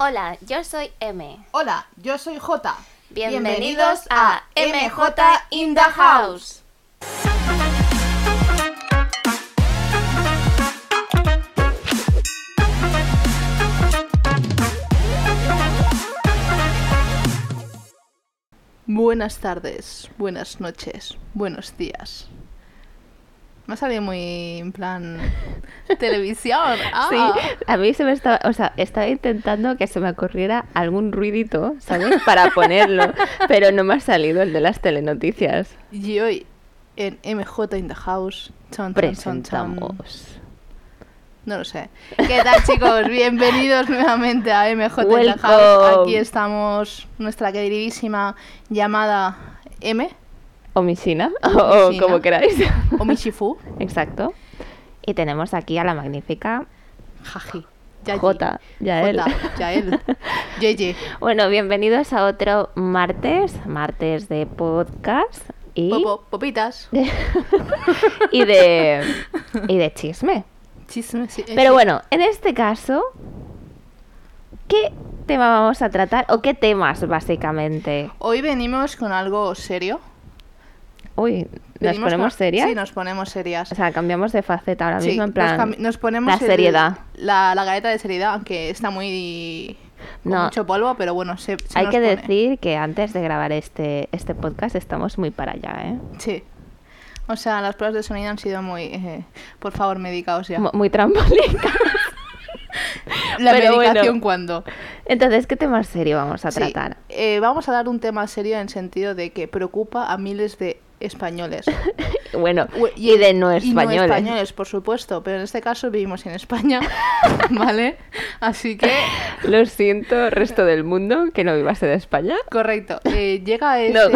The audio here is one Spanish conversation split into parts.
Hola, yo soy M. Hola, yo soy J. Bienvenidos a MJ in the House. Buenas tardes, buenas noches, buenos días. Me ha salido muy en plan televisión. Sí, a mí se me estaba, estaba intentando que se me ocurriera algún ruidito, ¿sabes? Para ponerlo, pero no me ha salido el de las telenoticias. Y hoy en MJ in the House presentamos. No lo sé. ¿Qué tal, chicos? Bienvenidos nuevamente a MJ in the Welcome. House. Aquí estamos, nuestra queridísima llamada M. O Mishina, Mishina. o como queráis. O Mishifu. Exacto. Y tenemos aquí a la magnífica Jaji. Yayi. J, Yael. Yael. JJ. Bueno, bienvenidos a otro martes de podcast y Popitas. y de chisme. Chisme, sí. Pero bueno, en este caso, ¿qué tema vamos a tratar? ¿O qué temas, básicamente? Hoy venimos con algo serio. Uy, ¿nos Venimos ponemos serias? Sí, nos ponemos serias. O sea, cambiamos de faceta ahora Sí, mismo, en plan, nos ponemos la seriedad. La galeta de seriedad, aunque está muy... con No. mucho polvo, pero bueno, se Hay nos que pone. decir que antes de grabar este podcast estamos muy para allá, ¿eh? Sí. O sea, las pruebas de sonido han sido muy... por favor, medicaos ya. Muy trampolínicas. La pero medicación, bueno. ¿cuándo? Entonces, ¿qué tema serio vamos a Sí, tratar? vamos a dar un tema serio en sentido de que preocupa a miles de españoles. Bueno, y de no españoles. Y no españoles, por supuesto, pero en este caso vivimos en España, ¿vale? Así que... Lo siento, resto del mundo, que no vivas en España. Correcto. Llega ese... No.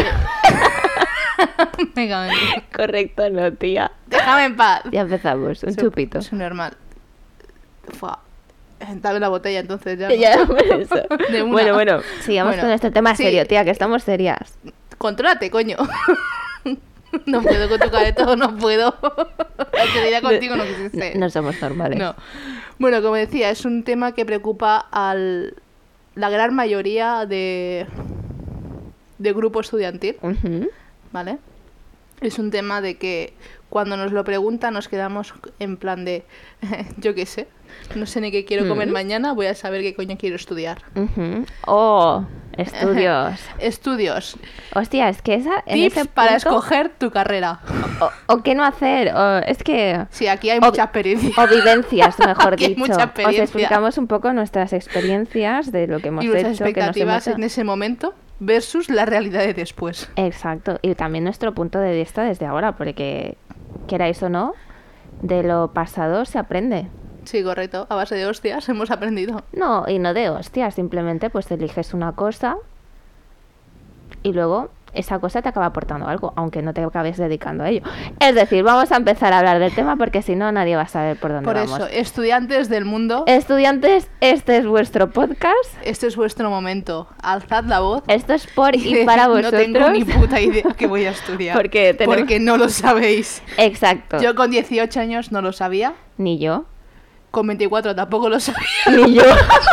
Venga, venga. Correcto, no, tía. Déjame en paz. Ya empezamos, un chupito. Es normal. Fua. Dame la botella entonces ya. Ya, por eso. De una. Bueno, sigamos Bueno, con este tema sí. serio, tía, que estamos serias. Contrólate, coño. No puedo con tu careto, no puedo. La seriedad contigo no quisiste. No somos normales. No. Bueno, como decía, es un tema que preocupa la gran mayoría de grupo estudiantil, Ujú. ¿vale? Es un tema de que cuando nos lo preguntan nos quedamos en plan de, yo qué sé, no sé ni qué quiero comer mañana, voy a saber qué coño quiero estudiar. Ujú. Oh, estudios. Estudios. Hostia, es que en Tips ese para punto, escoger tu carrera. o qué no hacer, o es que... Sí, aquí hay O- mucha experiencia. O vivencias, mejor Aquí hay dicho. mucha Os experiencia. explicamos un poco nuestras experiencias de lo que hemos Y nuestras hecho, que nos expectativas hemos... en ese momento versus la realidad de después. Exacto, y también nuestro punto de vista desde ahora, porque queráis o no, de lo pasado se aprende. Sí, correcto. A base de hostias hemos aprendido. No, y no de hostias, simplemente pues eliges una cosa y luego esa cosa te acaba aportando algo, aunque no te acabes dedicando a ello. Es decir, vamos a empezar a hablar del tema porque si no nadie va a saber por dónde Por vamos. eso, estudiantes del mundo, Estudiantes, este es vuestro podcast. este es vuestro momento. Alzad la voz. Esto es por y para vosotros. No tengo ni puta idea que voy a estudiar. Porque tenemos- Porque no lo sabéis. Exacto. Yo con 18 años no lo sabía. Ni yo. Con 24 tampoco lo sabía. Ni yo.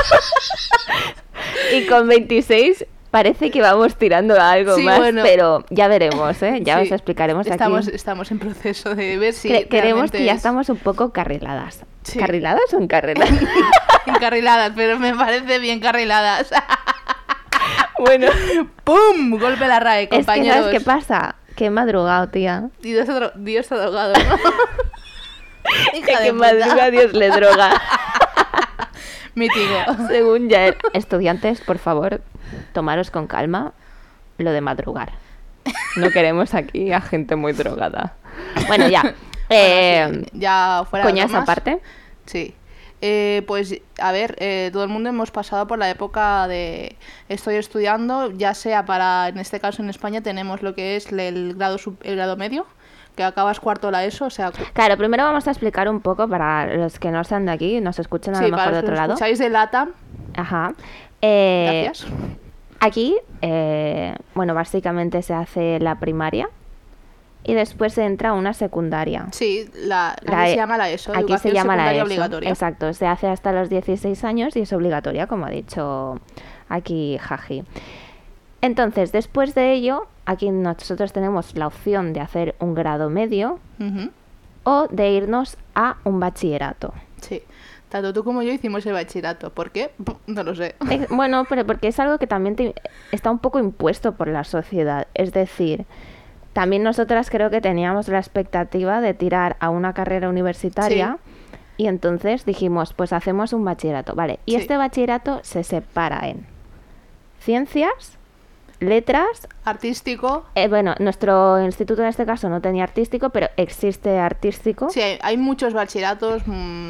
Y con 26 parece que vamos tirando a algo Sí, más, bueno. pero ya veremos, ¿eh? Ya Sí, os explicaremos estamos, aquí. Estamos en proceso de ver si Queremos realmente que ya es estamos un poco carriladas. Sí. ¿Carriladas o encarriladas? encarriladas, pero me parece bien carriladas. Bueno, ¡Pum! Golpe a la RAE, es que compañeros. ¿sabes qué pasa? Que he madrugado, tía. Dios está drogado, ¿no? Hija de Que puta. madruga Dios le droga. Mítico. Según ya estudiantes, por favor, tomaros con calma lo de madrugar. No queremos aquí a gente muy drogada. Bueno, ya. Bueno, sí, ya fuera de Coñas bromas. aparte. Sí. Pues, a ver, todo el mundo hemos pasado por la época de estoy estudiando, ya sea para, en este caso en España tenemos lo que es el grado medio, que acabas cuarto la ESO, o sea... Claro, primero vamos a explicar un poco para los que no sean de aquí, nos escuchan a Sí, lo mejor para de los que otro nos lado. escucháis de LATAM, Ajá. gracias. Aquí, bueno, básicamente se hace la primaria y después se entra a una secundaria. Sí, La se llama la ESO, Aquí se educación llama la secundaria ESO. obligatoria. Exacto, se hace hasta los 16 años y es obligatoria, como ha dicho aquí Jaji. Entonces, después de ello, aquí nosotros tenemos la opción de hacer un grado medio Ujú. o de irnos a un bachillerato. Sí, tanto tú como yo hicimos el bachillerato. ¿Por qué? No lo sé. Bueno, pero porque es algo que también está un poco impuesto por la sociedad. Es decir, también nosotras creo que teníamos la expectativa de tirar a una carrera universitaria y entonces dijimos, pues hacemos un bachillerato. Vale, y Sí. este bachillerato se separa en ciencias, letras. Artístico. Bueno, nuestro instituto en este caso no tenía artístico, pero existe artístico. Sí, hay muchos bachilleratos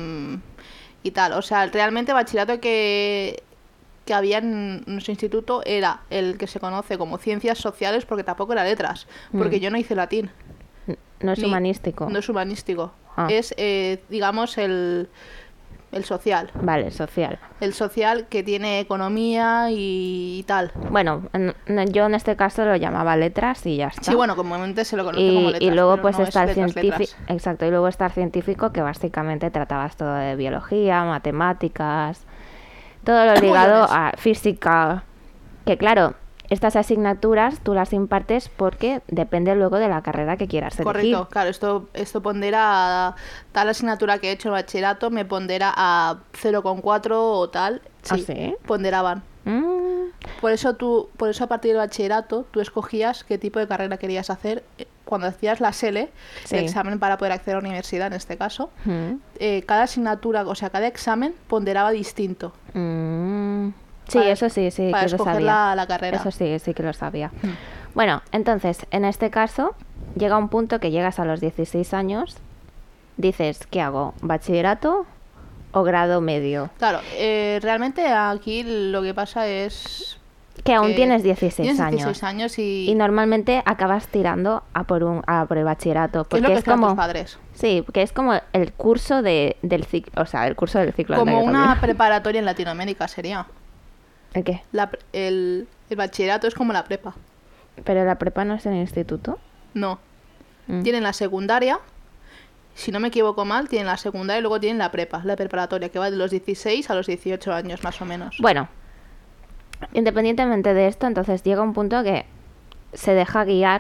y tal. O sea, realmente el bachillerato que había en nuestro instituto era el que se conoce como ciencias sociales, porque tampoco era letras, porque yo no hice latín. No es humanístico. No es humanístico. Ah. Es, digamos, el social. Vale, social. El social que tiene economía y tal. Bueno, yo en este caso lo llamaba letras y ya está. Sí, bueno, comúnmente se lo conoce como letras. Y luego pero pues no está es el letras, científico, letras. exacto, y luego está el científico que básicamente tratabas todo de biología, matemáticas, todo lo Muy ligado bien. a física, que claro, estas asignaturas tú las impartes porque depende luego de la carrera que quieras elegir. Correcto, claro, esto pondera a tal asignatura que he hecho en bachillerato, me pondera a 0,4 o tal. ¿Ah, sí? Ponderaban. Mm, Por eso a partir del bachillerato, tú escogías qué tipo de carrera querías hacer cuando hacías la SELE, Sí. el examen para poder acceder a la universidad en este caso. mm, Cada asignatura, o sea, cada examen ponderaba distinto. mm. Sí, Para- eso sí, sí, para que lo escoger sabía. la carrera. Eso sí, sí que lo sabía. Bueno, entonces, en este caso, llega un punto que llegas a los 16 años, dices, ¿qué hago? ¿Bachillerato o grado medio? Claro, realmente aquí lo que pasa es Que aún que tienes 16 tienes años. 16 años Y normalmente acabas tirando a por el bachillerato. ¿qué es lo Porque que es esperan como... tus padres? Sí, porque es como el curso del ciclo, o sea, el curso del ciclo. Como anda que una también. preparatoria en Latinoamérica sería. ¿El qué? El bachillerato es como la prepa. ¿Pero la prepa no es en el instituto? No. Mm. Tienen la secundaria. Si no me equivoco mal, tienen la secundaria y luego tienen la prepa, la preparatoria, que va de los 16 a los 18 años más o menos. Bueno, independientemente de esto, entonces llega un punto que se deja guiar,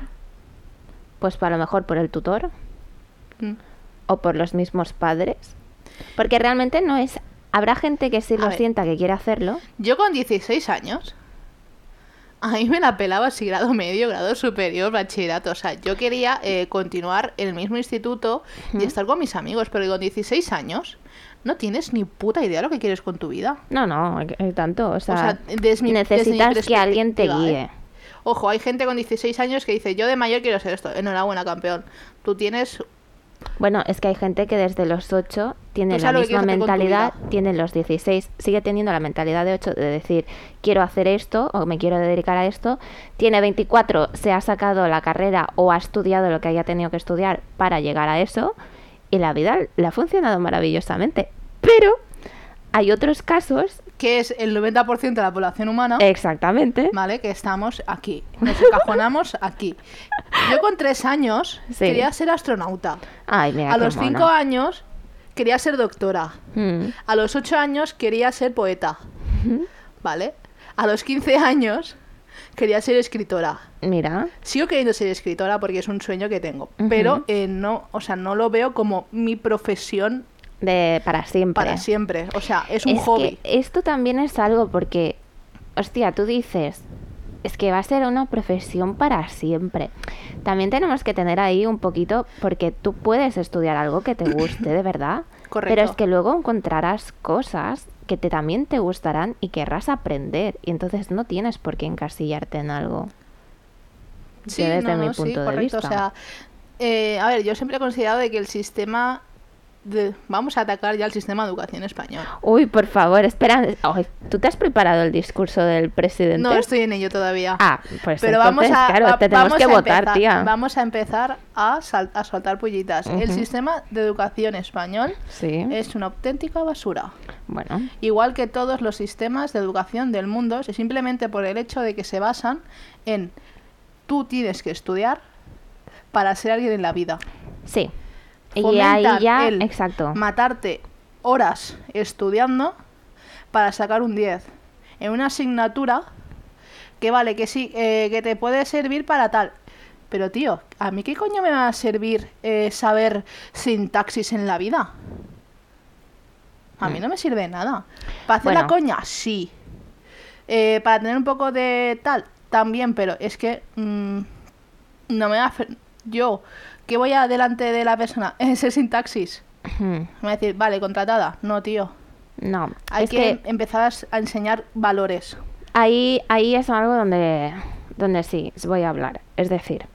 pues a lo mejor por el tutor Mm. o por los mismos padres. Porque realmente no es... Habrá gente que sí A lo ver. sienta, que quiere hacerlo. Yo con 16 años, a mí me la pelaba si grado medio, grado superior, bachillerato. O sea, yo quería continuar en el mismo instituto y estar con mis amigos, pero con 16 años no tienes ni puta idea de lo que quieres con tu vida. No, tanto. O sea, desde mi necesitas que alguien te perspectiva, guíe. Ojo, hay gente con 16 años que dice, yo de mayor quiero ser esto. Enhorabuena, campeón. Tú tienes... Bueno, es que hay gente que desde los 8 tiene Tú la sabes lo que misma quieres hacer con tu mentalidad, vida. tiene los 16, sigue teniendo la mentalidad de 8 de decir, quiero hacer esto o me quiero dedicar a esto. Tiene 24, se ha sacado la carrera o ha estudiado lo que haya tenido que estudiar para llegar a eso y la vida le ha funcionado maravillosamente. Pero hay otros casos, Que es el 90% de la población humana. exactamente, ¿Vale? Que estamos aquí. Nos encajonamos aquí. Yo con 3 años Sí. quería ser astronauta. ay, mira A qué los 5 mono. años quería ser doctora. Mm, A los 8 años quería ser poeta. ¿Vale? A los 15 años quería ser escritora. mira, Sigo queriendo ser escritora porque es un sueño que tengo. Ujú. Pero no, o sea, no lo veo como mi profesión para siempre. para siempre. O sea, es un hobby. Que esto también es algo porque, hostia, tú dices, es que va a ser una profesión para siempre. También tenemos que tener ahí un poquito, porque tú puedes estudiar algo que te guste, de verdad. Correcto. Pero es que luego encontrarás cosas que también te gustarán y querrás aprender. Y entonces no tienes por qué encasillarte en algo. Yo desde mi punto de correcto. vista. O sea, a ver, yo siempre he considerado de que el sistema vamos a atacar ya el sistema de educación español. Uy, por favor, espera. Ay, ¿tú te has preparado el discurso del presidente? No estoy en ello todavía. Ah, pues Pero entonces, claro, te tenemos vamos que a votar, empezar, tía. Vamos a empezar a soltar pullitas. El Ujú. sistema de educación español Sí, es una auténtica basura. bueno. Igual que todos los sistemas de educación del mundo, es simplemente por el hecho de que se basan en tú tienes que estudiar para ser alguien en la vida. Sí. Y Fomentan ahí ya, el exacto. matarte horas estudiando para sacar un 10 en una asignatura que vale, que sí, que te puede servir para tal. Pero tío, ¿a mí qué coño me va a servir saber sintaxis en la vida? A mí no me sirve de nada. ¿Para hacer la coña? Sí. Para tener un poco de tal, también, pero es que no me va a... Yo, que voy adelante de la persona, ese sintaxis, me va a decir, vale, contratada. No, tío. No. Hay que empezar a enseñar valores. Ahí es algo donde sí, os voy a hablar. Es decir,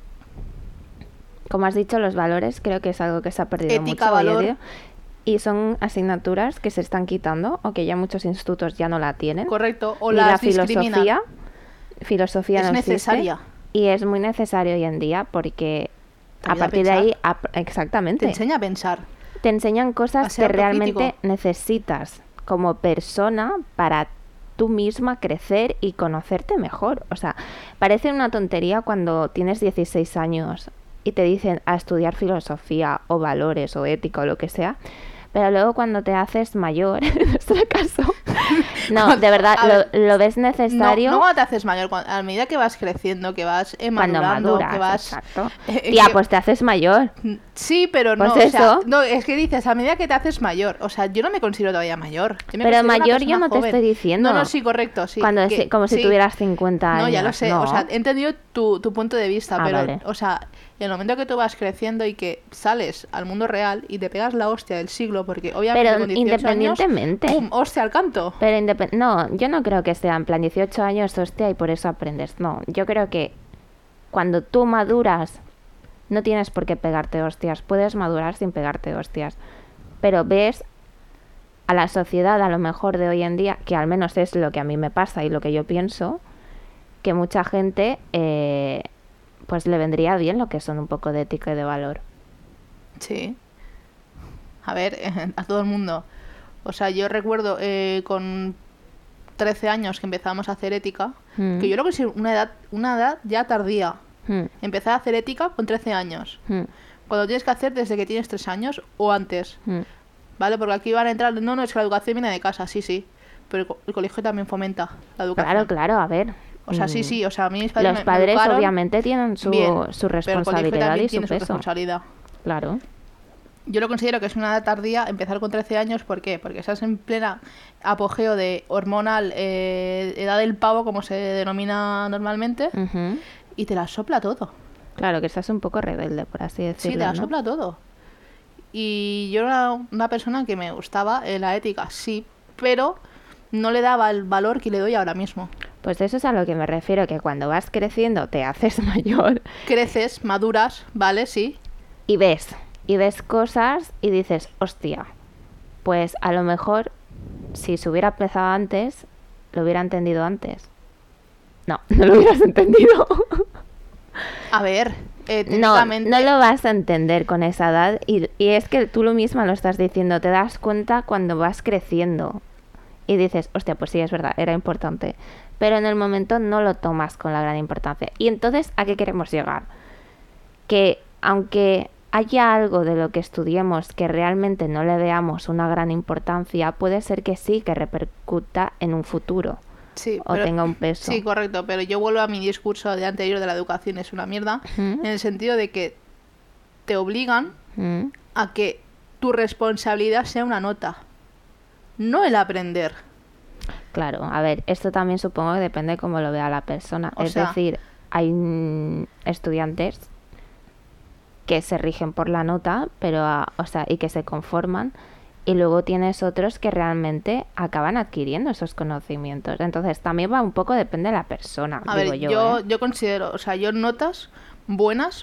como has dicho, los valores creo que es algo que se ha perdido Ética, mucho valor. hoy en día. Y son asignaturas que se están quitando o que ya muchos institutos ya no la tienen. Correcto. O Y las la filosofía es no necesaria. existe, y es muy necesario hoy en día porque Te a ayuda a partir de ahí, pensar. exactamente, Te enseña a pensar. te enseñan A cosas ser que realmente autocrítico. necesitas como persona para tú misma crecer y conocerte mejor. O sea, parece una tontería cuando tienes 16 años y te dicen a estudiar filosofía o valores o ética o lo que sea, pero luego cuando te haces mayor, en nuestro caso, no, de verdad, A ver, lo ves necesario. No cuando te haces mayor, a medida que vas creciendo, que vas Cuando madurando, maduras, que vas... exacto. que- Tía, pues te haces mayor. Sí, pero no, Pues o sea, eso. no, es que dices, a medida que te haces mayor, o sea, yo no me considero todavía mayor. Yo me Pero considero una mayor yo persona no te joven. estoy diciendo. No, sí, correcto, sí. Cuando como si sí. tuvieras 50 años. No, ya lo sé, no. o sea, he entendido tu punto de vista, Ah, pero, vale. o sea, en el momento que tú vas creciendo y que sales al mundo real y te pegas la hostia del siglo, porque obviamente Pero con 18 independientemente. años, ¡pum!, hostia al canto. Pero no, yo no creo que sea en plan 18 años, hostia, y por eso aprendes. No, yo creo que cuando tú maduras, no tienes por qué pegarte hostias. Puedes madurar sin pegarte hostias. Pero ves a la sociedad, a lo mejor de hoy en día, que al menos es lo que a mí me pasa y lo que yo pienso, que mucha gente, pues le vendría bien lo que son un poco de ética y de valor. Sí. A ver, a todo el mundo. O sea, yo recuerdo con 13 años que empezábamos a hacer ética, que yo lo considero una edad ya tardía. Empezar a hacer ética con 13 años. Cuando tienes que hacer desde que tienes 3 años o antes. ¿Vale? Porque aquí van a entrar... No, es que la educación viene de casa, sí. Pero el colegio también fomenta la educación. Claro, a ver. O sea, sí. O sea, a mí mis padres Los me padres educaron obviamente tienen su bien, pero el colegio responsabilidad también y su tiene su peso. responsabilidad. Claro. Yo lo considero que es una edad tardía empezar con 13 años. ¿Por qué? Porque estás en plena apogeo de hormonal, edad del pavo, como se denomina normalmente, Ujú. y te la sopla todo. Claro, que estás un poco rebelde, por así decirlo. Sí, te la ¿no? sopla todo. Y yo era una persona que me gustaba la ética, sí, pero no le daba el valor que le doy ahora mismo. Pues eso es a lo que me refiero, que cuando vas creciendo te haces mayor Creces, maduras, ¿vale? Sí. y ves cosas y dices, hostia, pues a lo mejor si se hubiera empezado antes, lo hubiera entendido antes. No, no lo hubieras entendido. A ver, No, técnicamente... no lo vas a entender con esa edad y es que tú lo misma lo estás diciendo, te das cuenta cuando vas creciendo y dices, hostia, pues sí, es verdad, era importante, pero en el momento no lo tomas con la gran importancia. Y entonces, ¿a qué queremos llegar? Que aunque haya algo de lo que estudiemos que realmente no le veamos una gran importancia, puede ser que sí, que repercuta en un futuro. Sí, o tenga un peso. Sí, correcto, pero yo vuelvo a mi discurso de anterior de la educación es una mierda, en el sentido de que te obligan a que tu responsabilidad sea una nota, no el aprender. Claro, a ver, esto también supongo que depende de cómo lo vea la persona. O Es sea, decir, hay estudiantes que se rigen por la nota, pero o sea, y que se conforman, y luego tienes otros que realmente acaban adquiriendo esos conocimientos. Entonces, también va un poco, depende de la persona, A digo ver, yo. yo considero, o sea, yo notas buenas,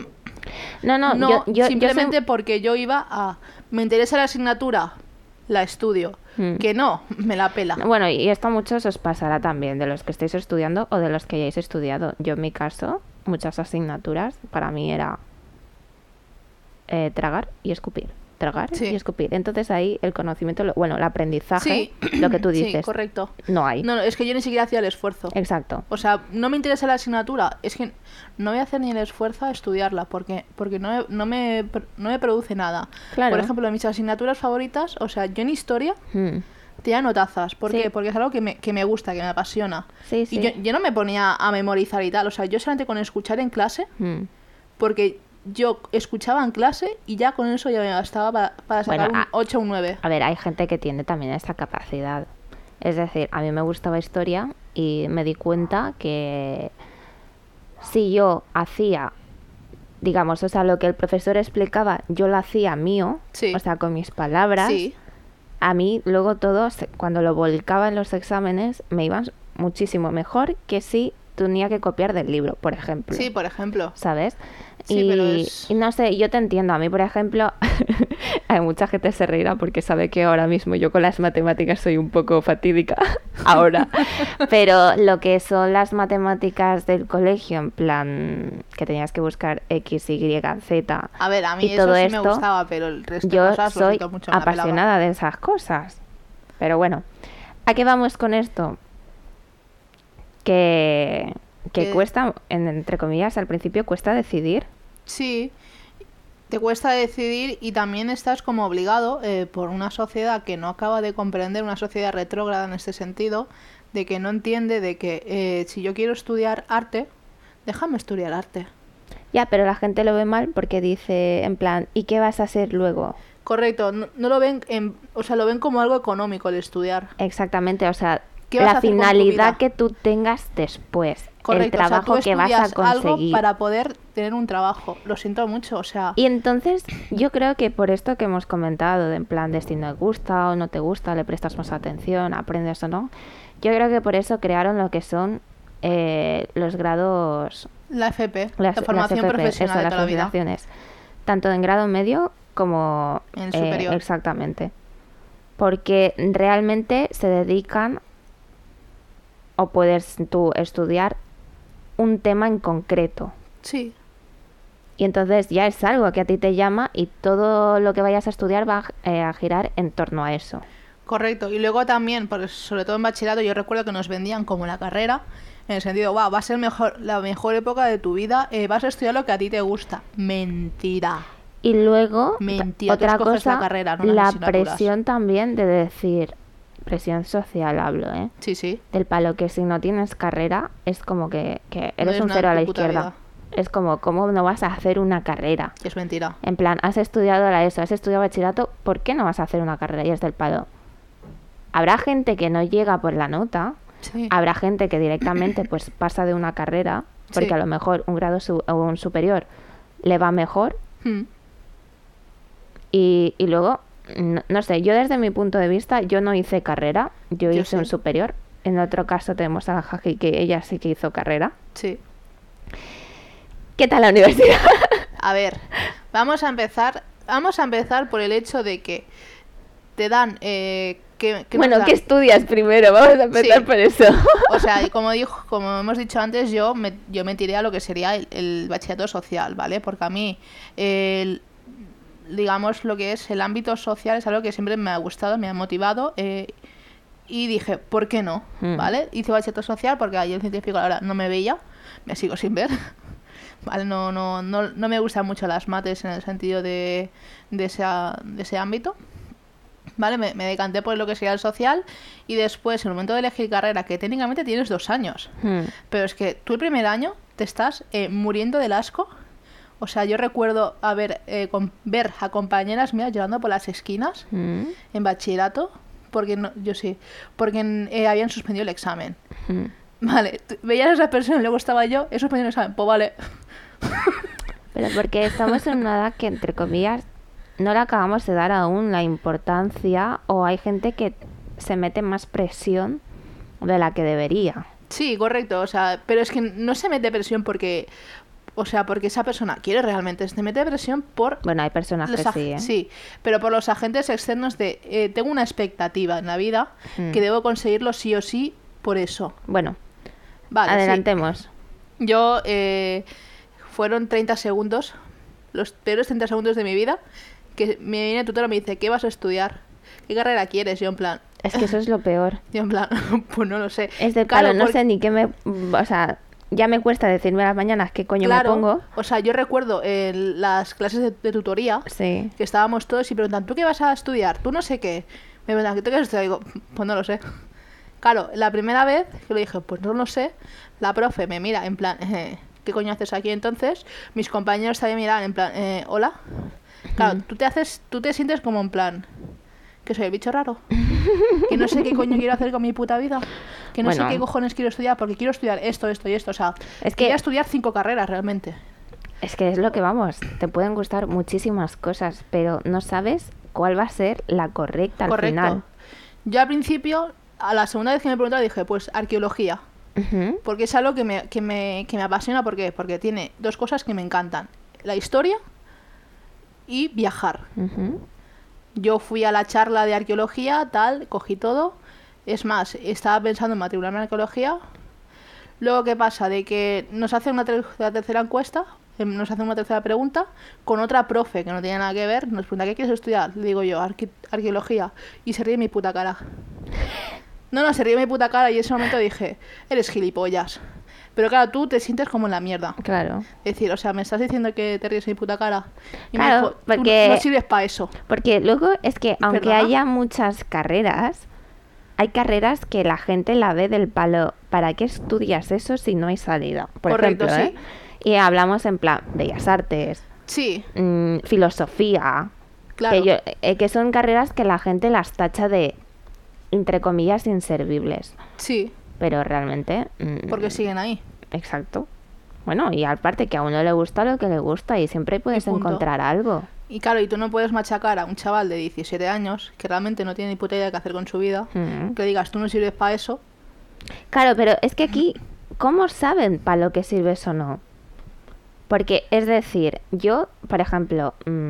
No, yo simplemente soy- porque yo iba a... Me interesa la asignatura, la estudio. Que no, me la pela. Bueno, y esto a muchos os pasará también, de los que estáis estudiando o de los que hayáis estudiado. Yo en mi caso, muchas asignaturas para mí era tragar y escupir. tragar Sí. y escupir. Entonces ahí el conocimiento, el aprendizaje, Sí. lo que tú Sí, dices, correcto. no hay. No, es que yo ni siquiera hacía el esfuerzo. Exacto. O sea, no me interesa la asignatura. Es que no voy a hacer ni el esfuerzo a estudiarla porque no me produce nada. Claro. Por ejemplo, mis asignaturas favoritas, o sea, yo en historia Mm. tenía notazas. ¿Por Sí. qué? Porque es algo que me gusta, que me apasiona. Sí, Y sí. yo no me ponía a memorizar y tal. O sea, yo solamente con escuchar en clase, Mm. porque yo escuchaba en clase y ya con eso ya me bastaba para sacar Bueno, un 8 o un 9. A ver, hay gente que tiene también esta capacidad. Es decir, a mí me gustaba historia y me di cuenta que si yo hacía, digamos, o sea, lo que el profesor explicaba, yo lo hacía mío, Sí. o sea, con mis palabras, Sí, a mí luego todo, cuando lo volcaba en los exámenes, me iban muchísimo mejor que si tenía que copiar del libro, por ejemplo. sí, por ejemplo. ¿Sabes? Sí, pero es- y no sé, yo te entiendo. A mí, por ejemplo, hay mucha gente se reirá porque sabe que ahora mismo yo con las matemáticas soy un poco fatídica ahora. Pero lo que son las matemáticas del colegio, en plan que tenías que buscar X, Y, Z. A ver, a mí y eso todo sí esto, me gustaba, pero el resto de yo cosas lo soy siento mucho, me la pelaba. apasionada de esas cosas. Pero bueno, ¿a qué vamos con esto? Que Que- cuesta, entre comillas, al principio cuesta decidir. Sí, te cuesta decidir y también estás como obligado por una sociedad que no acaba de comprender, una sociedad retrógrada en este sentido, de que no entiende de que si yo quiero estudiar arte, déjame estudiar arte. Ya, pero la gente lo ve mal porque dice, en plan, ¿y qué vas a hacer luego? Correcto, no lo ven, o sea, lo ven como algo económico el estudiar. Exactamente, o sea, ¿Qué vas a la hacer con tu finalidad vida? que tú tengas después, Correcto, el o sea, trabajo tú que vas a estudias algo conseguir. para poder tener un trabajo. Lo siento mucho, o sea, Y entonces yo creo que por esto que hemos comentado, de en plan de si no te gusta o no te gusta, le prestas más atención, aprendes o no, yo creo que por eso crearon lo que son los grados, la FP, las la formación FP, profesional eso, de las toda la vida. profesiones, tanto en grado medio como En superior. exactamente, porque realmente se dedican o puedes tú estudiar un tema en concreto. Sí, Y entonces ya es algo que a ti te llama y todo lo que vayas a estudiar va a girar en torno a eso. correcto. Y luego también, sobre todo en bachillerato, yo recuerdo que nos vendían como la carrera, en el sentido, wow, va a ser la mejor época de tu vida, vas a estudiar lo que a ti te gusta. Mentira. Y luego, Mentira, tú otra escoges cosa, la carrera, no las la asignaturas. presión también de decir, presión social hablo, ¿eh? Sí, sí. Del palo que si no tienes carrera es como que eres eres un nada cero a en la tu puta izquierda. vida. Es como, ¿cómo no vas a hacer una carrera? Que es mentira. En plan, has estudiado la ESO, has estudiado bachillerato, ¿por qué no vas a hacer una carrera? Y es del palo. Habrá gente que no llega por la nota, Sí. habrá gente que directamente pues pasa de una carrera, porque Sí. a lo mejor un grado o un superior le va mejor, Hmm. y luego, no sé, yo desde mi punto de vista, yo no hice carrera, yo Yo hice sí. un superior. En otro caso tenemos a la Jaji, que ella sí que hizo carrera. Sí. ¿Qué tal la universidad? A ver, vamos a empezar por el hecho de que te dan ¿qué nos Bueno, dan? ¿qué estudias primero? Vamos a empezar Sí. por eso. O sea, y como hemos dicho antes, yo me tiré a lo que sería el bachillerato social, ¿vale? Porque a mí, digamos, lo que es el ámbito social es algo que siempre me ha gustado, me ha motivado. Y dije, ¿por qué no? Mm. ¿Vale? Hice bachillerato social porque ahí el científico ahora no me veía, me sigo sin ver. ¿Vale? No me gustan mucho las mates en el sentido de ese ámbito. ¿Vale? Me decanté por lo que sería el social y después, en el momento de elegir carrera, que técnicamente tienes 2 años, pero es que tú el primer año te estás muriendo del asco. O sea, yo recuerdo ver a compañeras mías llorando por las esquinas en bachillerato, porque habían suspendido el examen. Vale, veías a esa persona y luego estaba yo, he suspendido el examen, pues vale. Pero porque estamos en una edad que, entre comillas, no le acabamos de dar aún la importancia, o hay gente que se mete más presión de la que debería. Sí, correcto, o sea, pero es que no se mete presión porque esa persona quiere realmente, se mete presión por Bueno, hay personas que sí, ¿eh? sí, pero por los agentes externos de tengo una expectativa en la vida Mm. que debo conseguirlo sí o sí por eso. Bueno, Vale, sí. adelantemos. Yo fueron 30 segundos, los peores 30 segundos de mi vida, que me viene el tutor y me dice, ¿qué vas a estudiar? ¿Qué carrera quieres? Yo en plan... Es que eso es lo peor. Yo en plan, pues no lo sé. Es de Claro, palo, no porque- sé ni qué me... O sea, ya me cuesta decirme a las mañanas qué coño me pongo. O sea, yo recuerdo en las clases de tutoría Sí. que estábamos todos y preguntan, ¿tú qué vas a estudiar? ¿Tú no sé qué? Me preguntan, ¿qué te quieres estudiar? Y digo, pues no lo sé. Claro, la primera vez que le dije, pues no lo sé, la profe me mira en plan, ¿qué coño haces aquí entonces? Mis compañeros también miran en plan, ¿hola? Claro, tú te sientes como en plan, que soy el bicho raro, que no sé qué coño quiero hacer con mi puta vida, que no sé Bueno. qué cojones quiero estudiar, porque quiero estudiar esto, esto y esto, o sea, Es que- quería estudiar 5 carreras realmente. Es que es lo que vamos. Te pueden gustar muchísimas cosas, pero no sabes cuál va a ser la correcta al Correcto. final. Yo al principio, a la segunda vez que me preguntaron, dije, pues arqueología. Ujú. Porque es algo que me apasiona. ¿Por qué? Porque tiene 2 cosas que me encantan. La historia y viajar. Ujú. Yo fui a la charla de arqueología, tal, cogí todo. Es más, estaba pensando en matricularme en arqueología. Luego, ¿qué pasa? De que nos hacen la tercera encuesta, nos hacen una tercera pregunta, con otra profe que no tiene nada que ver. Nos pregunta, ¿qué quieres estudiar? Le digo yo, arqueología. Y se ríe de mi puta cara. No, se ríe de mi puta cara y en ese momento dije, eres gilipollas. Pero claro, tú te sientes como en la mierda. Claro. Es decir, o sea, me estás diciendo que te ríes de mi puta cara. Y Claro, me dijo, tú porque- no sirves para eso. Porque luego es que aunque ¿Perdona? haya muchas carreras, hay carreras que la gente la ve del palo. ¿Para qué estudias eso si no hay salida? Por Correcto, ejemplo, sí. Y hablamos en plan Bellas Artes, Sí, filosofía, claro. que son carreras que la gente las tacha de, entre comillas, inservibles. Sí, Pero realmente... porque siguen ahí. Exacto. Bueno, y aparte que a uno le gusta lo que le gusta y siempre puedes punto. encontrar algo. Y claro, y tú no puedes machacar a un chaval de 17 años que realmente no tiene ni puta idea de qué hacer con su vida. Mm. Que le digas, tú no sirves para eso. Claro, pero es que aquí, ¿cómo saben para lo que sirves o no? Porque, es decir, yo, por ejemplo,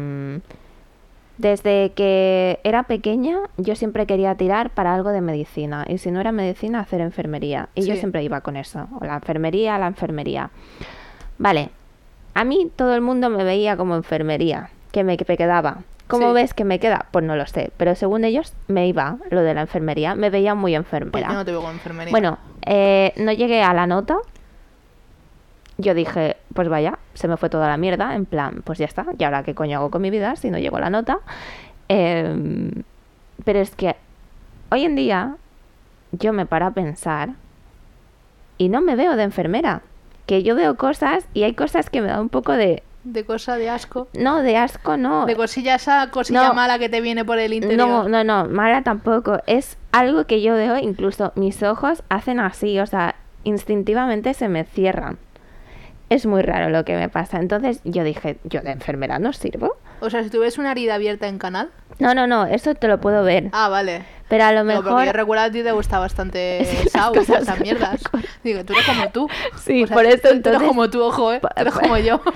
desde que era pequeña, yo siempre quería tirar para algo de medicina. Y si no era medicina, hacer enfermería. Y yo Sí. siempre iba con eso. O la enfermería. Vale, a mí todo el mundo me veía como enfermería, que me quedaba. ¿Cómo Sí. ves que me queda? Pues no lo sé. Pero según ellos, me iba lo de la enfermería. Me veía muy Pues enfermera. yo no te veo con enfermería. Bueno, no llegué a la nota. Yo dije, pues vaya, se me fue toda la mierda. En plan, pues ya está. ¿Y ahora qué coño hago con mi vida si no llego a la nota? Pero es que hoy en día yo me paro a pensar y no me veo de enfermera. Que yo veo cosas y hay cosas que me da un poco de... De cosa de asco. No, de asco no. De cosilla, esa cosilla No. mala que te viene por el interior. No, mala tampoco. Es algo que yo veo, incluso mis ojos hacen así, o sea, instintivamente se me cierran. Es muy raro lo que me pasa. Entonces yo dije, ¿yo de enfermera no sirvo? O sea, si tuvies una herida abierta en canal. No, eso te lo puedo ver. Ah, vale. Pero a lo No, porque yo mejor... recuerdo a ti te gusta bastante Sí, Sau, las cosas esas mierdas. Digo, tú eres como tú. Sí, O sea, por eso tú eres entonces... como tú, ojo, ¿eh? Tú eres pa- como yo.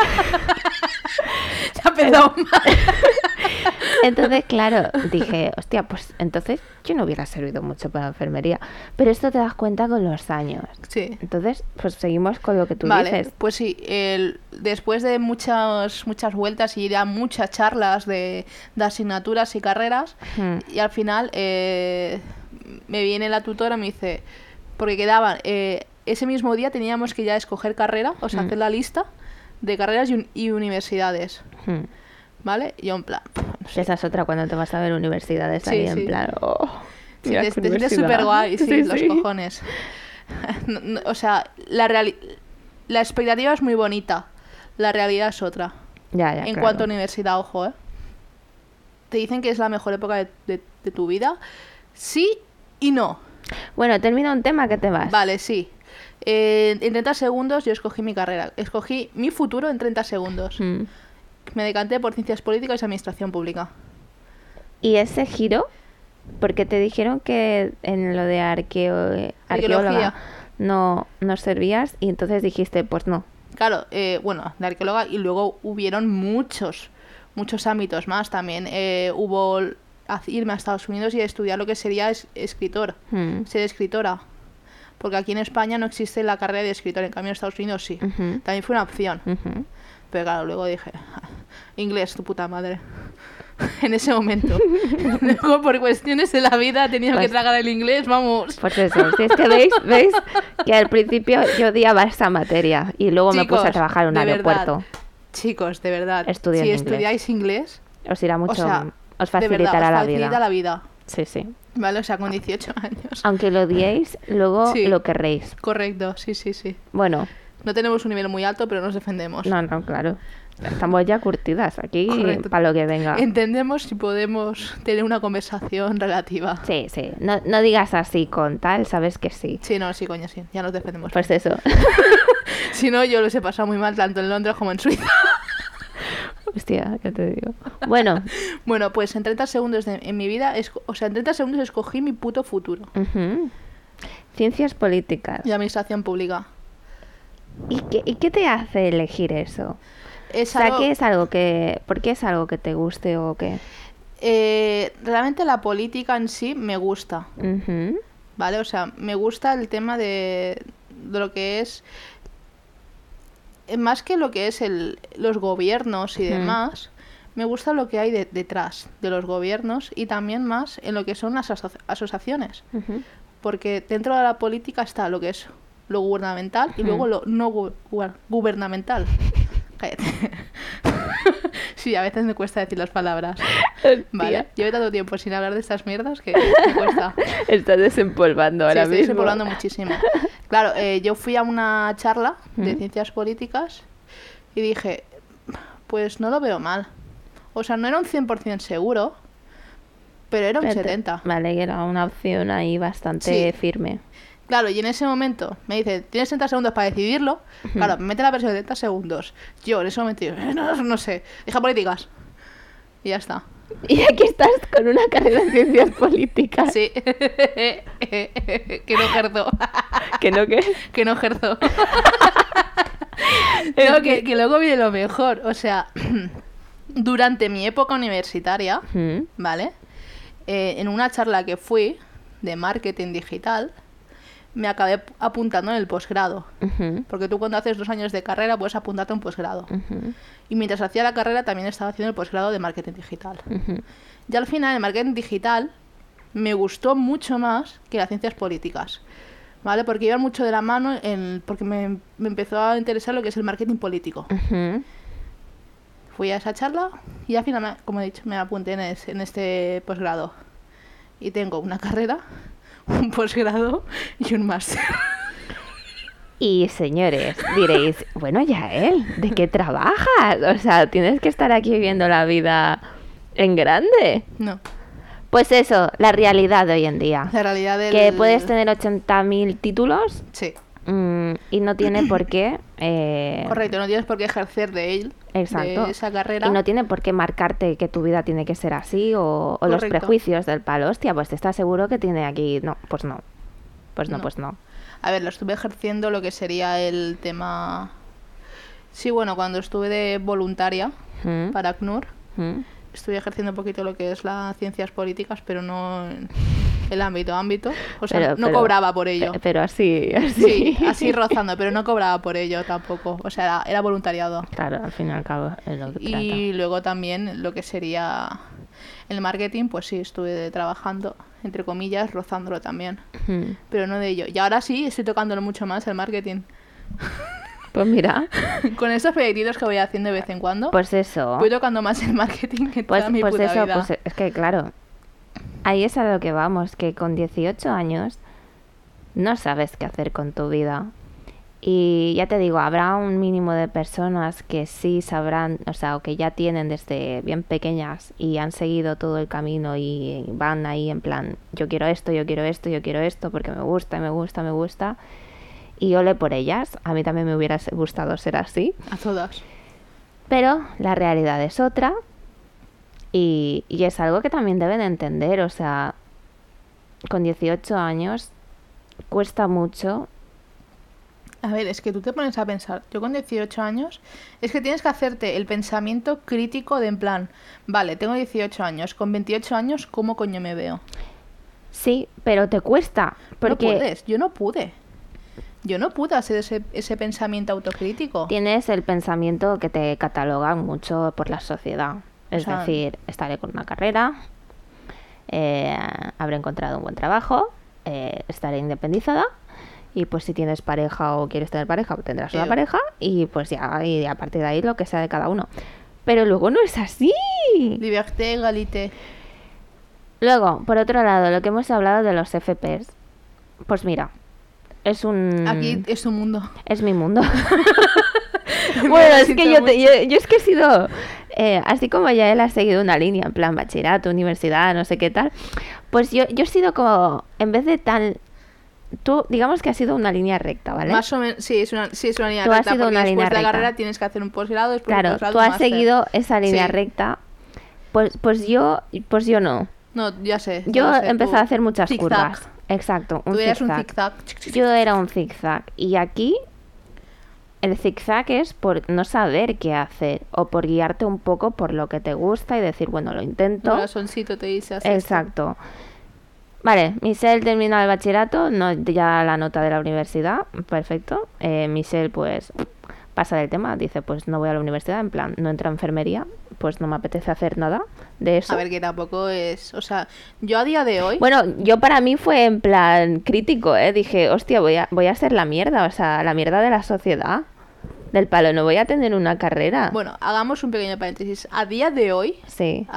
Ya ha empezado mal. Entonces, claro, dije, hostia, pues entonces yo no hubiera servido mucho para la enfermería. Pero esto te das cuenta con los años. Sí. Entonces, pues seguimos con lo que tú Vale, dices. pues sí, después de muchas vueltas y ir a muchas charlas de asignaturas y carreras, y al final me viene la tutora y me dice, porque quedaban, ese mismo día teníamos que ya escoger carrera, o sea, hacer la lista de carreras y universidades, Hmm. ¿vale? Y yo en plan, no sé, Esa es otra cuando te vas a ver universidades Sí, ahí sí. en plan, oh, sí, mira te qué sientes universidad. súper guay, sí, los sí. cojones. O sea, la expectativa es muy bonita, la realidad es otra. Ya, En claro. cuanto a universidad, ojo, ¿eh? Te dicen que es la mejor época de tu vida. Sí y no. Bueno, termina un tema que te vas. Vale, sí. En 30 segundos yo escogí mi carrera. Escogí mi futuro en 30 segundos. Mm. Me decanté por ciencias políticas y administración pública. ¿Y ese giro? Porque te dijeron que en lo de arqueóloga no servías y entonces dijiste, pues no. Claro, bueno, de arqueóloga y luego hubieron muchos ámbitos más también. Hubo irme a Estados Unidos y estudiar lo que sería escritor, Mm. ser escritora. Porque aquí en España no existe la carrera de escritor, en cambio en Estados Unidos sí. Ujú. También fue una opción. Ujú. Pero claro, luego dije, inglés, tu puta madre. En ese momento. Luego, por cuestiones de la vida, tenía que Pues- tragar el inglés, vamos. Pues eso, si es que veis que al principio yo odiaba esta materia y luego me puse a Chicos, trabajar en un de verdad, aeropuerto. Chicos, de verdad, Estudien si inglés. estudiáis inglés, Os irá mucho, o sea, os de verdad, facilitará os la facilita vida. la vida. Sí, sí. ¿Vale? O sea, con 18 años. Aunque lo odiéis, luego Sí. lo querréis. Correcto, sí, sí, sí. Bueno, No tenemos un nivel muy alto, pero nos defendemos. no, claro. Estamos ya curtidas aquí Correcto. para lo que venga. Entendemos si podemos tener una conversación relativa. Sí, sí. No digas así con tal, sabes que sí. Sí, no, sí, coño, sí. Ya nos defendemos. Pues eso. Si no, yo los he pasado muy mal tanto en Londres como en Suiza. Hostia, ¿qué te digo? Bueno, Bueno, pues en 30 segundos en mi vida, o sea, en 30 segundos escogí mi puto futuro. ujú. Ciencias políticas. Y administración pública. ¿Y qué te hace elegir eso? Es O sea, algo- ¿qué es algo que... ¿Por qué es algo que te guste o qué? Realmente la política en sí me gusta, Ujú. ¿vale? O sea, me gusta el tema de lo que es... Más que lo que es los gobiernos y Ujú. demás, me gusta lo que hay detrás de los gobiernos y también más en lo que son las asociaciones. Ujú. Porque dentro de la política está lo que es lo gubernamental y Ujú. luego lo no gubernamental. Cállate. Sí, a veces me cuesta decir las palabras. Vale, llevo tanto tiempo sin hablar de estas mierdas que me cuesta. Estás desempolvando Sí, ahora estoy mismo. desempolvando muchísimo. Claro, yo fui a una charla de ¿Mm? ciencias políticas y dije, pues no lo veo mal. O sea, no era un 100% seguro, pero era un Pero 70%. Vale, que era una opción ahí bastante Sí. firme. Claro, y en ese momento me dice, tienes 30 segundos para decidirlo. Claro, me mete la presión de 30 segundos. Yo en ese momento digo, no sé, dije políticas. Y ya está. Y aquí estás con una carrera en ciencias políticas. Sí. Que no ejerzo. Que no, que... Que no ejerzo. No, que luego viene lo mejor. O sea, durante mi época universitaria, Ujú. ¿vale? En una charla que fui de marketing digital, me acabé apuntando en el posgrado. Ujú. Porque tú cuando haces 2 años de carrera puedes apuntarte a un posgrado. Ujú. Y mientras hacía la carrera también estaba haciendo el posgrado de marketing digital. Ujú. Y al final el marketing digital me gustó mucho más que las ciencias políticas. ¿Vale? Porque iban mucho de la mano porque me empezó a interesar lo que es el marketing político. Ujú. Fui a esa charla y al final, como he dicho, me apunté en este posgrado. Y tengo una carrera, un posgrado y un máster. Y señores, diréis, bueno, Yael, ¿de qué trabajas? O sea, tienes que estar aquí viviendo la vida en grande. No, Pues eso, la realidad de hoy en día. la realidad del... Que puedes tener 80.000 títulos Sí, y no tiene por qué... correcto, no tienes por qué ejercer de él, Exacto. de esa carrera. Y no tiene por qué marcarte que tu vida tiene que ser así o los Correcto. prejuicios del palo. Hostia, pues te estás seguro que tiene aquí... No, pues no. Pues no, No. pues no. A ver, lo estuve ejerciendo lo que sería el tema... Sí, bueno, cuando estuve de voluntaria ¿Mm? para ACNUR, ¿Mm? estuve ejerciendo un poquito lo que es las ciencias políticas, pero no en el ámbito. O sea, no cobraba por ello. Pero así, Sí, así rozando, pero no cobraba por ello tampoco. O sea, era voluntariado. Claro, al fin y al cabo es lo que Y luego también lo que sería el marketing, pues sí, estuve trabajando, entre comillas, rozándolo también. trata. Mm. Pero no de ello. Y ahora sí, estoy tocándolo mucho más el marketing. Pues mira, Con estos proyectitos que voy haciendo de vez en cuando, pues eso. voy tocando más el marketing que Pues, toda mi pues puta eso, vida. pues es que claro, ahí es a lo que vamos, que con 18 años no sabes qué hacer con tu vida. Y ya te digo, habrá un mínimo de personas que sí sabrán, o sea, o que ya tienen desde bien pequeñas y han seguido todo el camino y van ahí en plan, yo quiero esto, yo quiero esto, yo quiero esto, porque me gusta, me gusta, me gusta. Y ole por ellas, a mí también me hubiera gustado ser así. A todas. Pero la realidad es otra y es algo que también deben entender. O sea, con 18 años cuesta mucho. A ver, es que tú te pones a pensar, yo con 18 años, es que tienes que hacerte el pensamiento crítico de en plan, vale, tengo 18 años, con 28 años, ¿cómo coño me veo? Sí, pero te cuesta. Porque No puedes, yo no pude. yo no pude hacer ese pensamiento autocrítico. Tienes el pensamiento que te cataloga mucho por la sociedad. Es O sea, decir, estaré con una carrera, habré encontrado un buen trabajo, estaré independizada. Y pues si tienes pareja o quieres tener pareja, pues tendrás una pareja y pues ya, y a partir de ahí lo que sea de cada uno. Pero luego no es así. Liberté, égalité. Luego, por otro lado, lo que hemos hablado de los FPs. Pues mira, es un... Aquí es tu mundo. Es mi mundo. Bueno, es que yo es que he sido... así como ya él ha seguido una línea, en plan bachillerato, universidad, no sé qué tal. Pues yo he sido como... En vez de tan... Tú, digamos que ha sido una línea recta, ¿vale? Más o menos, sí, es una línea Tú has recta. sido Porque una después línea de la recta. carrera tienes que hacer un posgrado, después Claro, un posgrado, tú un has máster. seguido esa línea Sí. recta. Pues yo no. No, ya sé. Yo ya lo sé, empecé tú- a hacer muchas zigzag. curvas. Exacto, un Tú eras un zigzag. zigzag. Yo era un zigzag. Y aquí el zigzag es por no saber qué hacer o por guiarte un poco por lo que te gusta y decir, bueno, lo intento. Corazoncito te dice así. Exacto. Vale, Michelle termina el bachillerato, no ya la nota de la universidad, perfecto. Michelle pues pasa del tema, dice pues no voy a la universidad, en plan no entra a enfermería, pues no me apetece hacer nada de eso. A ver, que tampoco es... O sea, yo a día de hoy... Bueno, yo para mí fue en plan crítico, dije, hostia, voy a ser la mierda, o sea, la mierda de la sociedad, del palo, no voy a tener una carrera. Bueno, hagamos un pequeño paréntesis. A día de hoy, Sí,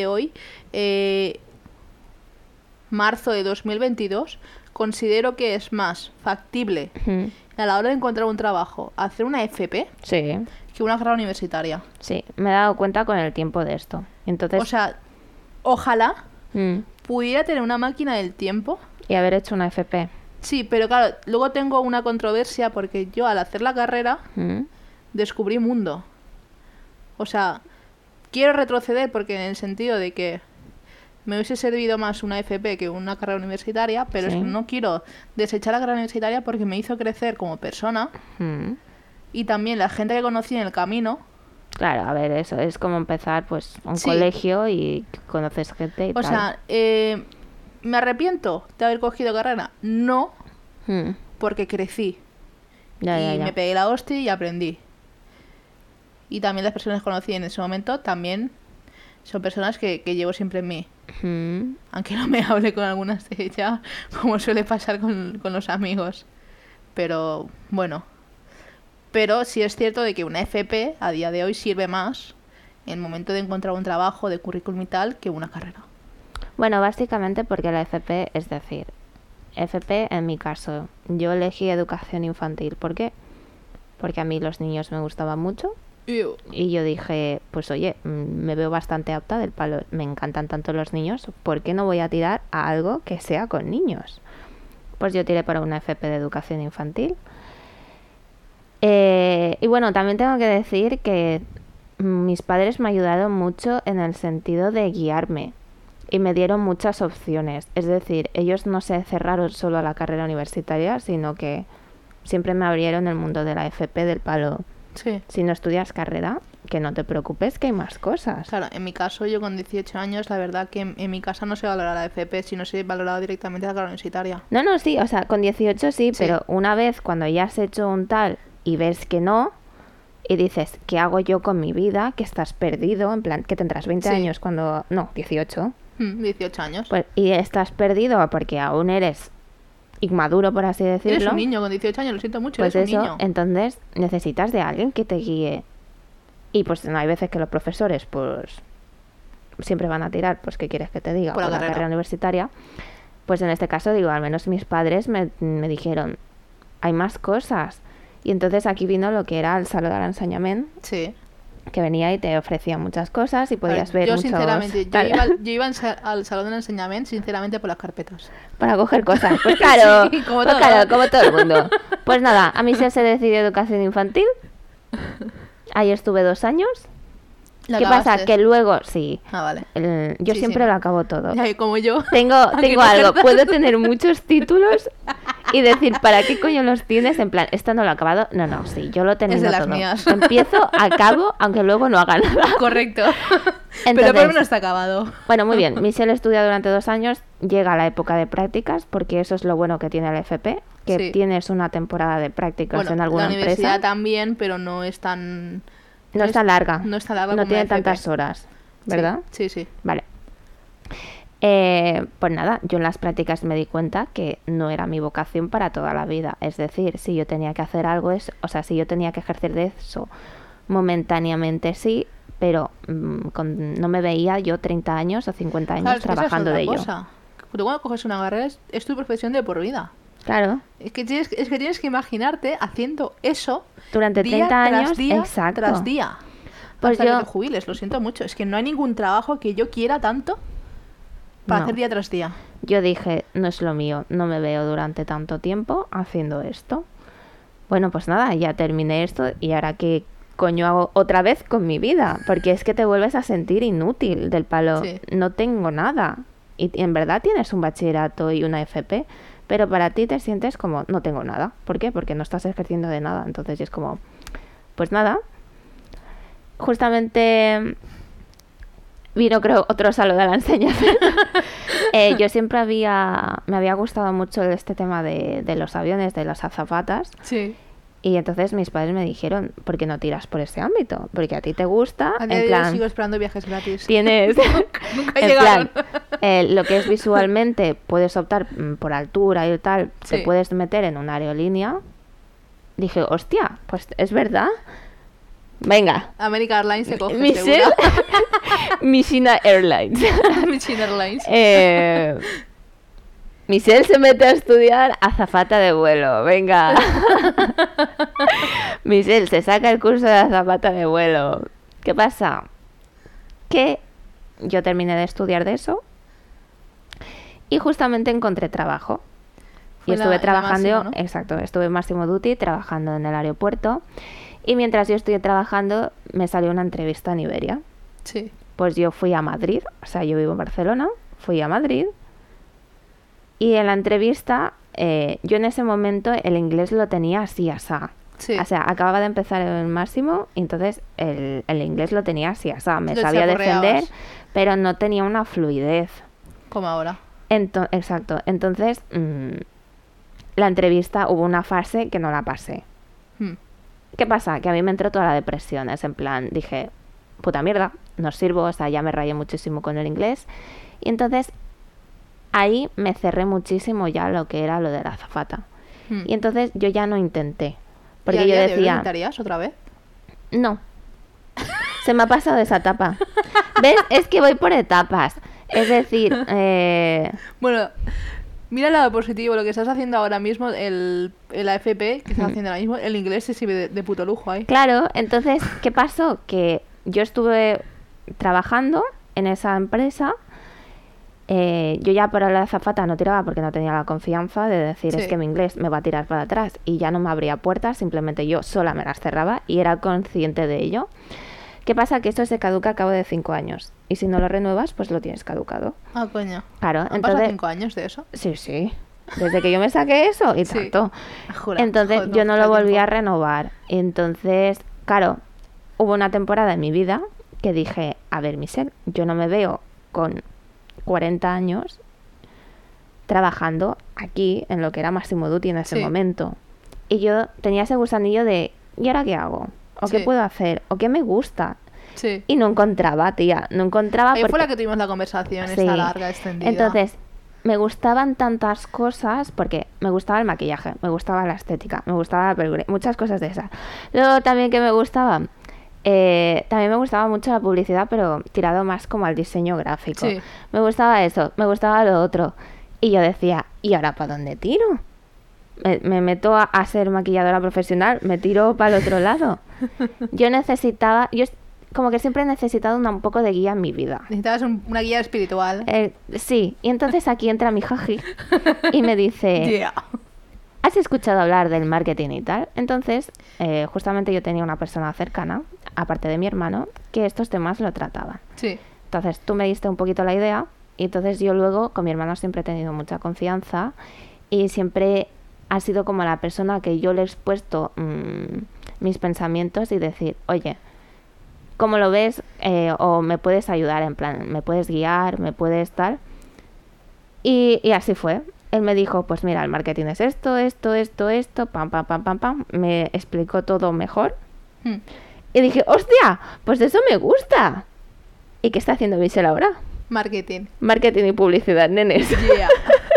marzo de 2022, considero que es más factible ujú, a la hora de encontrar un trabajo hacer una FP sí, que una carrera universitaria. sí, me he dado cuenta con el tiempo de esto. Entonces, O sea, ojalá mm, pudiera tener una máquina del tiempo. y haber hecho una FP. Sí, pero claro, luego tengo una controversia porque yo al hacer la carrera Mm, descubrí mundo. O sea, quiero retroceder porque en el sentido de que me hubiese servido más una FP que una carrera universitaria, pero Sí. es que no quiero desechar la carrera universitaria porque me hizo crecer como persona mm. y también la gente que conocí en el camino. Claro, a ver, eso es como empezar pues un Sí. colegio y conoces gente y O tal. sea, ¿me arrepiento de haber cogido carrera? No, Mm, porque crecí ya, y ya. me pegué la hostia y aprendí. Y también las personas que conocí en ese momento también son personas que llevo siempre en mí. Mm, Aunque no me hable con algunas de ellas, como suele pasar con los amigos. Pero bueno. Pero sí es cierto de que una FP a día de hoy sirve más en el momento de encontrar un trabajo de currículum y tal que una carrera. Bueno, básicamente porque la FP, es decir, FP en mi caso, yo elegí educación infantil. ¿Por qué? Porque a mí los niños me gustaban mucho y yo dije, pues oye, me veo bastante apta del palo, me encantan tanto los niños, ¿por qué no voy a tirar a algo que sea con niños? Pues yo tiré para una FP de educación infantil. Y bueno, también tengo que decir que mis padres me ayudaron mucho en el sentido de guiarme y me dieron muchas opciones. Es decir, ellos no se cerraron solo a la carrera universitaria, sino que siempre me abrieron el mundo de la FP del palo. Sí. Si no estudias carrera, que no te preocupes, que hay más cosas. Claro, en mi caso, yo con 18 años, la verdad que en mi casa no se valoraba la FP, sino se valoraba directamente la carrera universitaria. No, no, sí, o sea, con 18 sí, Sí. pero una vez cuando ya has hecho un tal y ves que no, y dices, ¿qué hago yo con mi vida? Que estás perdido, en plan, que tendrás 20 Sí. años cuando... No, 18. 18 años. Pues, y estás perdido porque aún eres inmaduro, por así decirlo. Eres un niño con 18 años, lo siento mucho, Pues eres eso, un niño. entonces necesitas de alguien que te guíe. Y pues no hay veces que los profesores, pues siempre van a tirar, pues ¿qué quieres que te diga? Por la la carrera. carrera universitaria. Pues en este caso, digo, al menos mis padres me dijeron, hay más cosas. Y entonces aquí vino lo que era el Saló de l'Ensenyament, Sí. que venía y te ofrecía muchas cosas y podías ver yo muchos... sinceramente, yo tal, iba al salón del enseñamiento sinceramente por las carpetas. para coger cosas. Pues claro, Sí, como pues todo. claro, como todo el mundo. Pues nada, a mí se decidió educación infantil. Ahí estuve 2 años. ¿La ¿Qué pasa? acabaste? Que luego, sí, Ah, vale. yo Sí, siempre sí. lo acabo todo. Ya, y como yo. Tengo Aunque no algo, ejerza. puedo tener muchos títulos y decir, ¿para qué coño los tienes? En plan, ¿esto no lo he acabado? No, no, sí, yo lo termino Es de las todo. mías. Empiezo, acabo, aunque luego no haga nada. Correcto. Pero Entonces- por lo menos está acabado. Bueno, muy bien, Michelle estudia durante 2 años, llega la época de prácticas, porque eso es lo bueno que tiene el FP, que Sí. tienes una temporada de prácticas Bueno, en alguna la universidad empresa. también, pero no es tan... No es tan larga. No es tan larga No como tiene la FP. tantas horas, ¿verdad? Sí, sí. Vale. Pues nada, yo en las prácticas me di cuenta que no era mi vocación para toda la vida. Es decir, si yo tenía que hacer algo, si yo tenía que ejercer de eso momentáneamente, sí, pero no me veía yo 30 años o 50 años Claro, es que esa es trabajando otra de ello. cosa. Tú cuando coges una carrera es tu profesión de por vida. Claro, Es que tienes que imaginarte haciendo eso durante día 30 tras años, día exacto. tras día. Pues hasta yo- que te jubiles, lo siento mucho. Es que no hay ningún trabajo que yo quiera tanto para No. hacer día tras día. Yo dije, no es lo mío, no me veo durante tanto tiempo haciendo esto. Bueno, pues nada, ya terminé esto y ahora qué coño hago otra vez con mi vida, porque es que te vuelves a sentir inútil del palo. Sí. No tengo nada. Y en verdad tienes un bachillerato y una FP, pero para ti te sientes como no tengo nada. ¿Por qué? Porque no estás ejerciendo de nada. Entonces es como, pues nada. Justamente vino creo otro saludo a la enseñanza. Yo siempre me había gustado mucho este tema de los aviones, de las azafatas. Sí. Y entonces mis padres me dijeron, ¿por qué no tiras por ese ámbito? Porque a ti te gusta, A día en de hoy plan, sigo esperando viajes gratis. tienes, Nunca en llegaron. plan, lo que es visualmente, puedes optar por altura y tal, te Sí. puedes meter en una aerolínea. Dije, hostia, pues es verdad. Venga, American Airlines te coge, Michelle, seguro. Mishina Airlines. Michelin Airlines. Michelle se mete a estudiar azafata de vuelo. Venga. Michelle se saca el curso de azafata de vuelo. ¿Qué pasa? Que yo terminé de estudiar de eso y justamente encontré trabajo. Fue Y estuve la trabajando, Máximo, ¿no? exacto, estuve en Máximo Duty trabajando en el aeropuerto. Y mientras yo estuve trabajando, me salió una entrevista en Iberia. Sí. Pues yo fui a Madrid, o sea, yo vivo en Barcelona, fui a Madrid y en la entrevista, yo en ese momento el inglés lo tenía así, asá. Sí. O sea, acababa de empezar el máximo y entonces el inglés lo tenía así, asá. Me Lo sabía defender, chapurreabas. pero no tenía una fluidez. Como ahora. Exacto. Entonces, la entrevista hubo una fase que no la pasé. Hmm. ¿Qué pasa? Que a mí me entró toda la depresión. Es en plan, dije, puta mierda, no sirvo. O sea, ya me rayé muchísimo con el inglés. Y entonces, ahí me cerré muchísimo ya lo que era lo de la azafata. Hmm. Y entonces yo ya no intenté. ¿Y a Porque yo día de hoy lo decía, intentarías otra vez? no. Se me ha pasado esa etapa. ¿Ves? Es que voy por etapas. Es decir, Bueno, mira el lado positivo. Lo que estás haciendo ahora mismo, el AFP que estás haciendo ahora mismo, el inglés se sirve de puto lujo ahí. claro, entonces, ¿qué pasó? Que yo estuve trabajando en esa empresa. Yo ya por la azafata no tiraba porque no tenía la confianza de decir Sí. es que mi inglés me va a tirar para atrás y ya no me abría puertas, simplemente yo sola me las cerraba y era consciente de ello. ¿Qué pasa? Que esto se caduca a cabo de 5 años y si no lo renuevas, pues lo tienes caducado. Ah, coño. Claro, ¿Han pasado entonces... 5 años de eso? Sí. Desde que yo me saqué eso y Sí. tanto. Jura. Entonces Joder, yo no pasa lo el volví a tiempo. renovar. Entonces, claro, hubo una temporada en mi vida que dije, a ver, Michelle, yo no me veo con 40 años trabajando aquí en lo que era Máximo Duty en ese Sí. momento. Y yo tenía ese gusanillo de, ¿y ahora qué hago? ¿O qué Sí. puedo hacer? ¿O qué me gusta? Sí. Y no encontraba, tía, no encontraba Ahí fue porque... la que tuvimos la conversación, Sí. esta larga, extendida. Entonces, me gustaban tantas cosas, porque me gustaba el maquillaje, me gustaba la estética, me gustaba la peluquería, muchas cosas de esas. Luego también que me gustaba, también me gustaba mucho la publicidad, pero tirado más como al diseño gráfico. Sí. Me gustaba eso, me gustaba lo otro. Y yo decía, ¿y ahora para dónde tiro? Me meto a ser maquilladora profesional, me tiro para el otro lado. Como que siempre he necesitado un poco de guía en mi vida. Necesitabas una guía espiritual. Sí, y entonces aquí entra mi jaji y me dice, Yeah. ¿has escuchado hablar del marketing y tal? Entonces, justamente yo tenía una persona cercana, aparte de mi hermano, que estos temas lo trataban. Sí. Entonces tú me diste un poquito la idea y entonces yo luego con mi hermano siempre he tenido mucha confianza y siempre ha sido como la persona que yo le he expuesto mis pensamientos y decir, oye, ¿cómo lo ves? O me puedes ayudar, en plan, me puedes guiar, me puedes tal. Y así fue. él me dijo, pues mira, el marketing es esto, pam, pam, pam, pam, pam. Me explicó todo mejor. Y dije, hostia, pues eso me gusta. ¿Y qué está haciendo Michelle ahora? Marketing. Marketing y publicidad, nenes. Yeah.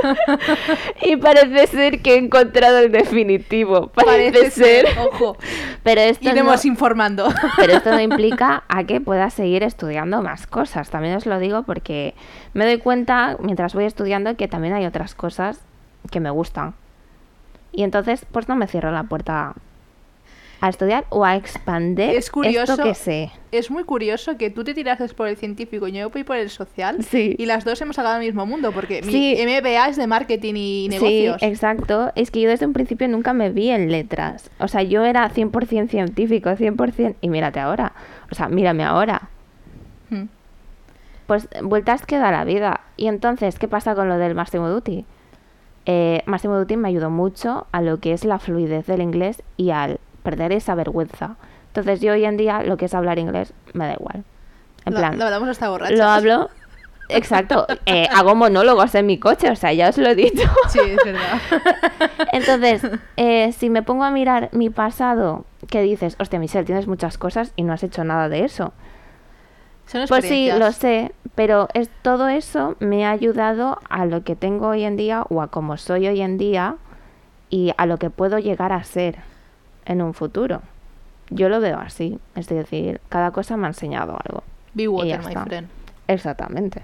Y parece ser que he encontrado el definitivo. Parece ser. Ojo. Pero esto Iremos informando. Pero esto no implica a que puedas seguir estudiando más cosas. También os lo digo porque me doy cuenta, mientras voy estudiando, que también hay otras cosas que me gustan. Y entonces, pues no me cierro la puerta a estudiar o a expandir esto que sé. Es muy curioso que tú te tirases por el científico y yo voy por el social. Sí. Y las dos hemos sacado el mismo mundo, porque Sí. mi MBA es de marketing y negocios. Sí, exacto. Es que yo desde un principio nunca me vi en letras. O sea, yo era 100% científico, 100%. Y mírate ahora. O sea, mírame ahora. Mm. Pues vueltas que da la vida. Y entonces, ¿qué pasa con lo del Massimo Dutti? Massimo Dutti me ayudó mucho a lo que es la fluidez del inglés y al perder esa vergüenza. Entonces yo hoy en día lo que es hablar inglés me da igual. En plan, lo hablamos hasta borrachas. lo hablo. Exacto. Hago monólogos en mi coche, o sea, ya os lo he dicho. Sí, es verdad. Entonces, si me pongo a mirar mi pasado, que dices, hostia, Michelle, tienes muchas cosas y no has hecho nada de eso. Son Pues sí, experiencias. lo sé, pero todo eso me ha ayudado a lo que tengo hoy en día o a cómo soy hoy en día y a lo que puedo llegar a ser en un futuro. Yo lo veo así, es decir, cada cosa me ha enseñado algo. Be Y ya water, my está. friend. Exactamente.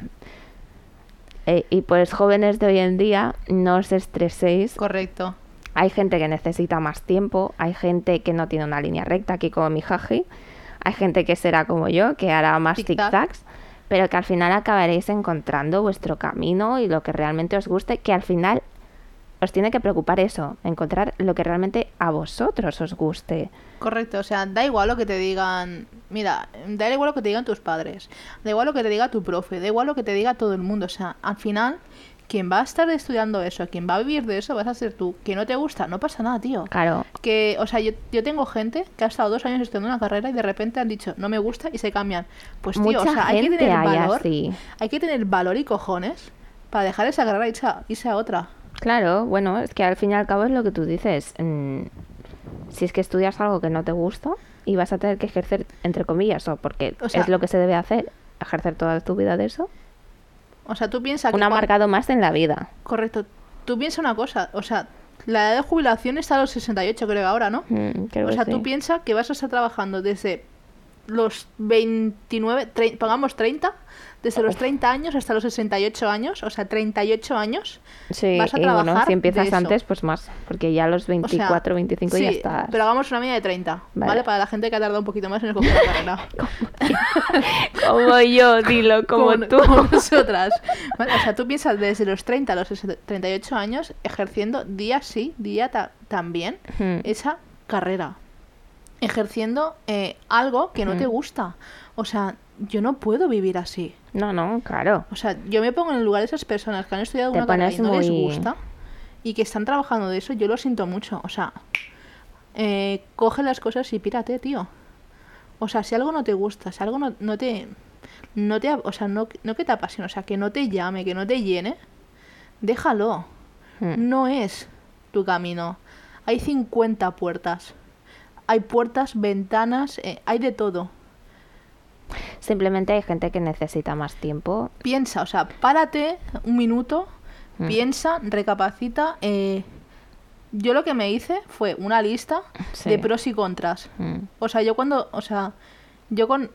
Y pues jóvenes de hoy en día, no os estreséis. Correcto. Hay gente que necesita más tiempo, hay gente que no tiene una línea recta, aquí como mi jaji. Hay gente que será como yo, que hará más Tic-tac. tic-tacs, pero que al final acabaréis encontrando vuestro camino y lo que realmente os guste, que al final os tiene que preocupar eso, encontrar lo que realmente a vosotros os guste. Correcto, o sea, da igual lo que te digan, mira, da igual lo que te digan tus padres, da igual lo que te diga tu profe, da igual lo que te diga todo el mundo, o sea, al final, quien va a estar estudiando eso, quien va a vivir de eso, vas a ser tú. Que no te gusta, no pasa nada, tío. Claro. Que, o sea, yo tengo gente que ha estado 2 años estudiando una carrera y de repente han dicho, no me gusta y se cambian. Pues tío, Mucha o sea, hay que gente tener hay valor, así. hay que tener valor y cojones para dejar esa carrera y irse a otra. Claro, bueno, es que al fin y al cabo es lo que tú dices. Si es que estudias algo que no te gusta y vas a tener que ejercer, entre comillas, o porque O sea, es lo que se debe hacer, ejercer toda tu vida de eso, O sea, tú piensas que... un amargado más en la vida. Correcto. Tú piensas una cosa, o sea, la edad de jubilación está a los 68, creo, ahora, ¿no? Creo O que sea, sí. tú piensas que vas a estar trabajando desde los 29, pongamos 30, desde los 30 años hasta los 68 años, o sea, 38 años, Sí, vas a y bueno, trabajar si empiezas de eso. antes, pues más, porque ya a los O sea, 24, 25 ya sí, estás. pero hagamos una media de 30, ¿vale? Vale. Para la gente que ha tardado un poquito más en escoger la carrera. Como yo, dilo, como tú. Como nosotras. Vale, o sea, tú piensas desde los 30 a los 38 años ejerciendo día sí, día también esa carrera. Ejerciendo algo que no te gusta. O sea, yo no puedo vivir así. No, no, claro. O sea, yo me pongo en el lugar de esas personas que han estudiado Te una carrera y pones no les muy- gusta y que están trabajando de eso, yo lo siento mucho. O sea, coge las cosas y pírate, tío. O sea, si algo no te gusta, si algo no te... o sea, no que te apasione, o sea, que no te llame, que no te llene, déjalo. No es tu camino. Hay 50 puertas. Hay puertas, ventanas, hay de todo. Simplemente hay gente que necesita más tiempo. Piensa, o sea, párate un minuto, piensa, recapacita. Yo lo que me hice fue una lista Sí. de pros y contras. O sea, yo con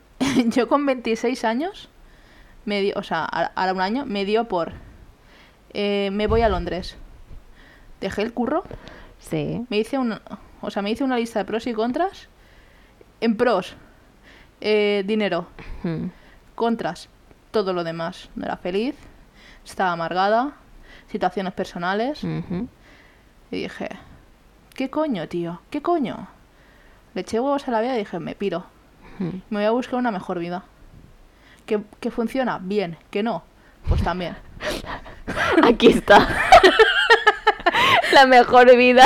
26 años, o sea, ahora un año, me dio por, me voy a Londres. Dejé el curro, Sí. me hice una lista de pros y contras. En pros, dinero. Contras, todo lo demás. No era feliz, estaba amargada, situaciones personales. Y dije, ¿qué coño, tío? ¿Qué coño? Le eché huevos a la vida y dije, me piro. Me voy a buscar una mejor vida. ¿Que funciona? Bien. ¿Que no? Pues también. Aquí está. La mejor vida.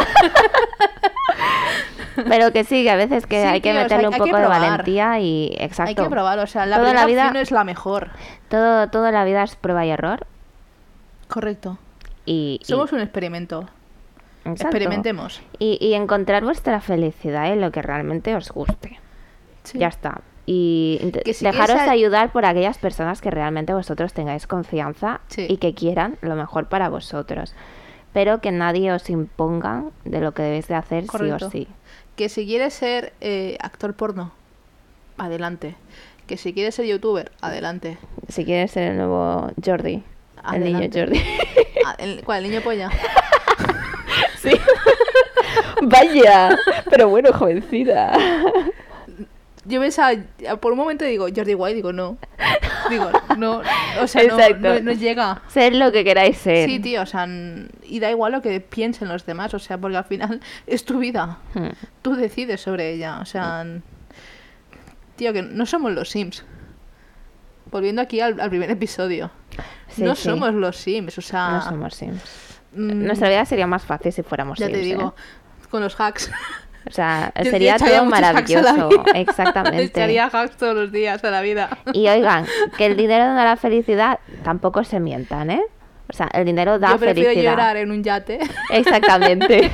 Pero que sí, que a veces que Sí, hay que tío, o sea, meterle un hay que poco de probar. valentía y exacto. Hay que probar, o sea, la Toda primera la vida- opción es la mejor. Toda la vida es prueba y error. Correcto. Y, Somos un experimento. exacto. Experimentemos. Y encontrar vuestra felicidad en lo que realmente os guste. Sí. Ya está. Y Que si dejaros quieres ayudar por aquellas personas que realmente vosotros tengáis confianza Sí. y que quieran lo mejor para vosotros. Pero que nadie os imponga de lo que debéis de hacer Correcto. sí o sí. Que si quieres ser actor porno, adelante. Que si quieres ser youtuber, adelante. Si quieres ser el nuevo Jordi. El niño Adelante. Jordi. ¿Cuál? ¿El niño polla? Sí. Vaya. Pero bueno, jovencita. Yo pensaba, por un momento digo, Jordi White, digo, no. Digo, no, o sea, Exacto. no llega. Ser lo que queráis ser. Sí, tío, o sea, y da igual lo que piensen los demás, o sea, porque al final es tu vida. Hmm. Tú decides sobre ella, o sea, tío, que no somos los Sims. Volviendo aquí al primer episodio. Sí, no sí. somos los Sims, o sea... No somos Sims. mm, Nuestra vida sería más fácil si fuéramos ya Sims. te digo, con los hacks. O sea, Yo sería echaría todo muchos hacks a la maravilloso. vida. Exactamente. Echaría hacks todos los días a la vida. Y oigan, que el dinero no da la felicidad, tampoco se mientan, ¿eh? O sea, el dinero da Yo prefiero felicidad. llorar en un yate Exactamente.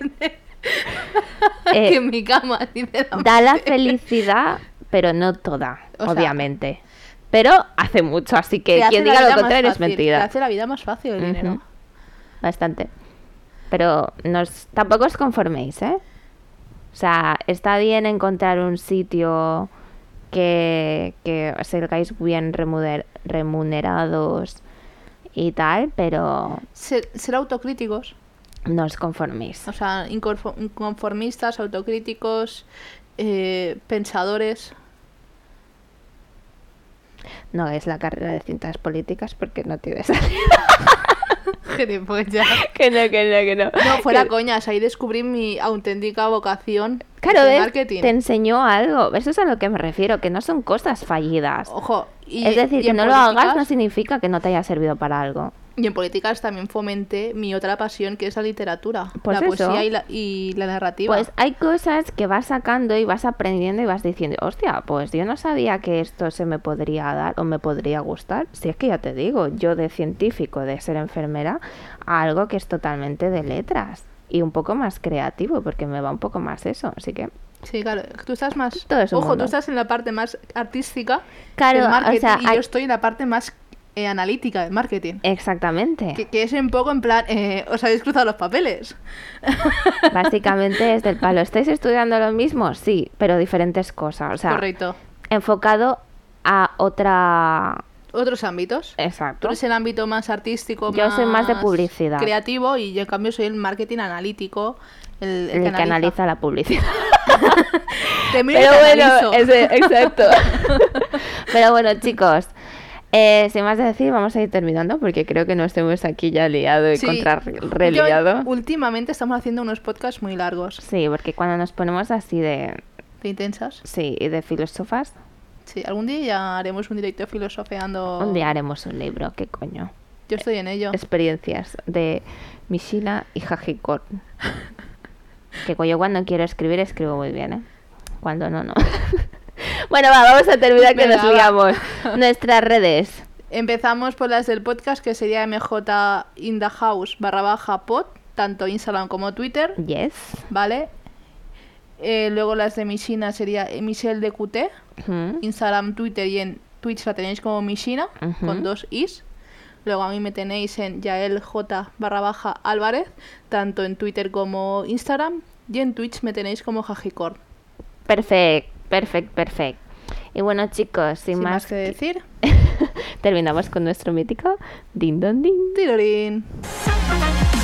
que en mi cama, sinceramente. Da la felicidad, pero no toda, O sea, obviamente. Pero hace mucho, así que Te hace quien la diga vida lo más contrario es fácil, mentira. Te hace la vida más fácil el dinero. Ujú. Bastante. Pero tampoco os conforméis, ¿eh? O sea, está bien encontrar un sitio que salgáis bien remunerados y tal, pero Ser autocríticos. no os conforméis. O sea, inconformistas, autocríticos, pensadores. No es la carrera de ciencias políticas porque no tiene salida. Gilipollas. que no. No, fuera Que- coñas, ahí descubrí mi auténtica vocación Claro, de ¿ves? marketing. Te enseñó algo. Eso es a lo que me refiero, que no son cosas fallidas. Ojo, Es decir, y que en no lo hagas políticas- no significa que no te haya servido para algo. Y en políticas también fomenté mi otra pasión, que es la literatura, Pues la eso. poesía y la narrativa. Pues hay cosas que vas sacando y vas aprendiendo y vas diciendo, hostia, pues yo no sabía que esto se me podría dar o me podría gustar. Si es que ya te digo, yo de científico, de ser enfermera, a algo que es totalmente de letras y un poco más creativo, porque me va un poco más eso. Así que, Sí, claro, tú estás más... Todo es un Ojo, mundo. tú estás en la parte más artística Claro, del o marketing sea, y hay- yo estoy en la parte más analítica del marketing. exactamente. Que es un poco en plan, os habéis cruzado los papeles. Básicamente es del palo. ¿Estáis estudiando lo mismo? Sí, pero diferentes cosas. O sea, Correcto. enfocado a otra... Otros ámbitos. Tú Exacto. eres el ámbito más artístico, Yo soy más de publicidad. creativo, y yo en cambio soy el marketing analítico, el El que analiza la publicidad. Te miro y Pero te bueno, analizo. exacto. Pero bueno, chicos, sin más de decir, vamos a ir terminando porque creo que nos hemos aquí ya liado y Sí. reliado. Últimamente estamos haciendo unos podcasts muy largos, Sí, porque cuando nos ponemos así de... de intensas. Sí, y de filósofas, Sí, algún día ya haremos un directo filosofeando. un día haremos un libro, ¿qué coño? Yo estoy en ello. Experiencias de Mishina y Hajikor. Que yo cuando quiero escribir, escribo muy bien, ¿eh? Cuando no, no. Bueno, vamos a terminar que Venga, nos va. liamos. Nuestras redes. Empezamos por las del podcast, que sería mj in the house /pod, tanto Instagram como Twitter, Yes. ¿vale? Luego las de Mishina sería Michelle de QT, Ujú. Instagram, Twitter, y en Twitch la tenéis como Mishina, Ujú. con 2 is. Luego a mí me tenéis en yaelj_álvarez, tanto en Twitter como Instagram, y en Twitch me tenéis como Jajicor. Perfecto. Y bueno, chicos, sin más que decir, terminamos con nuestro mítico Din Don Din. tirorín.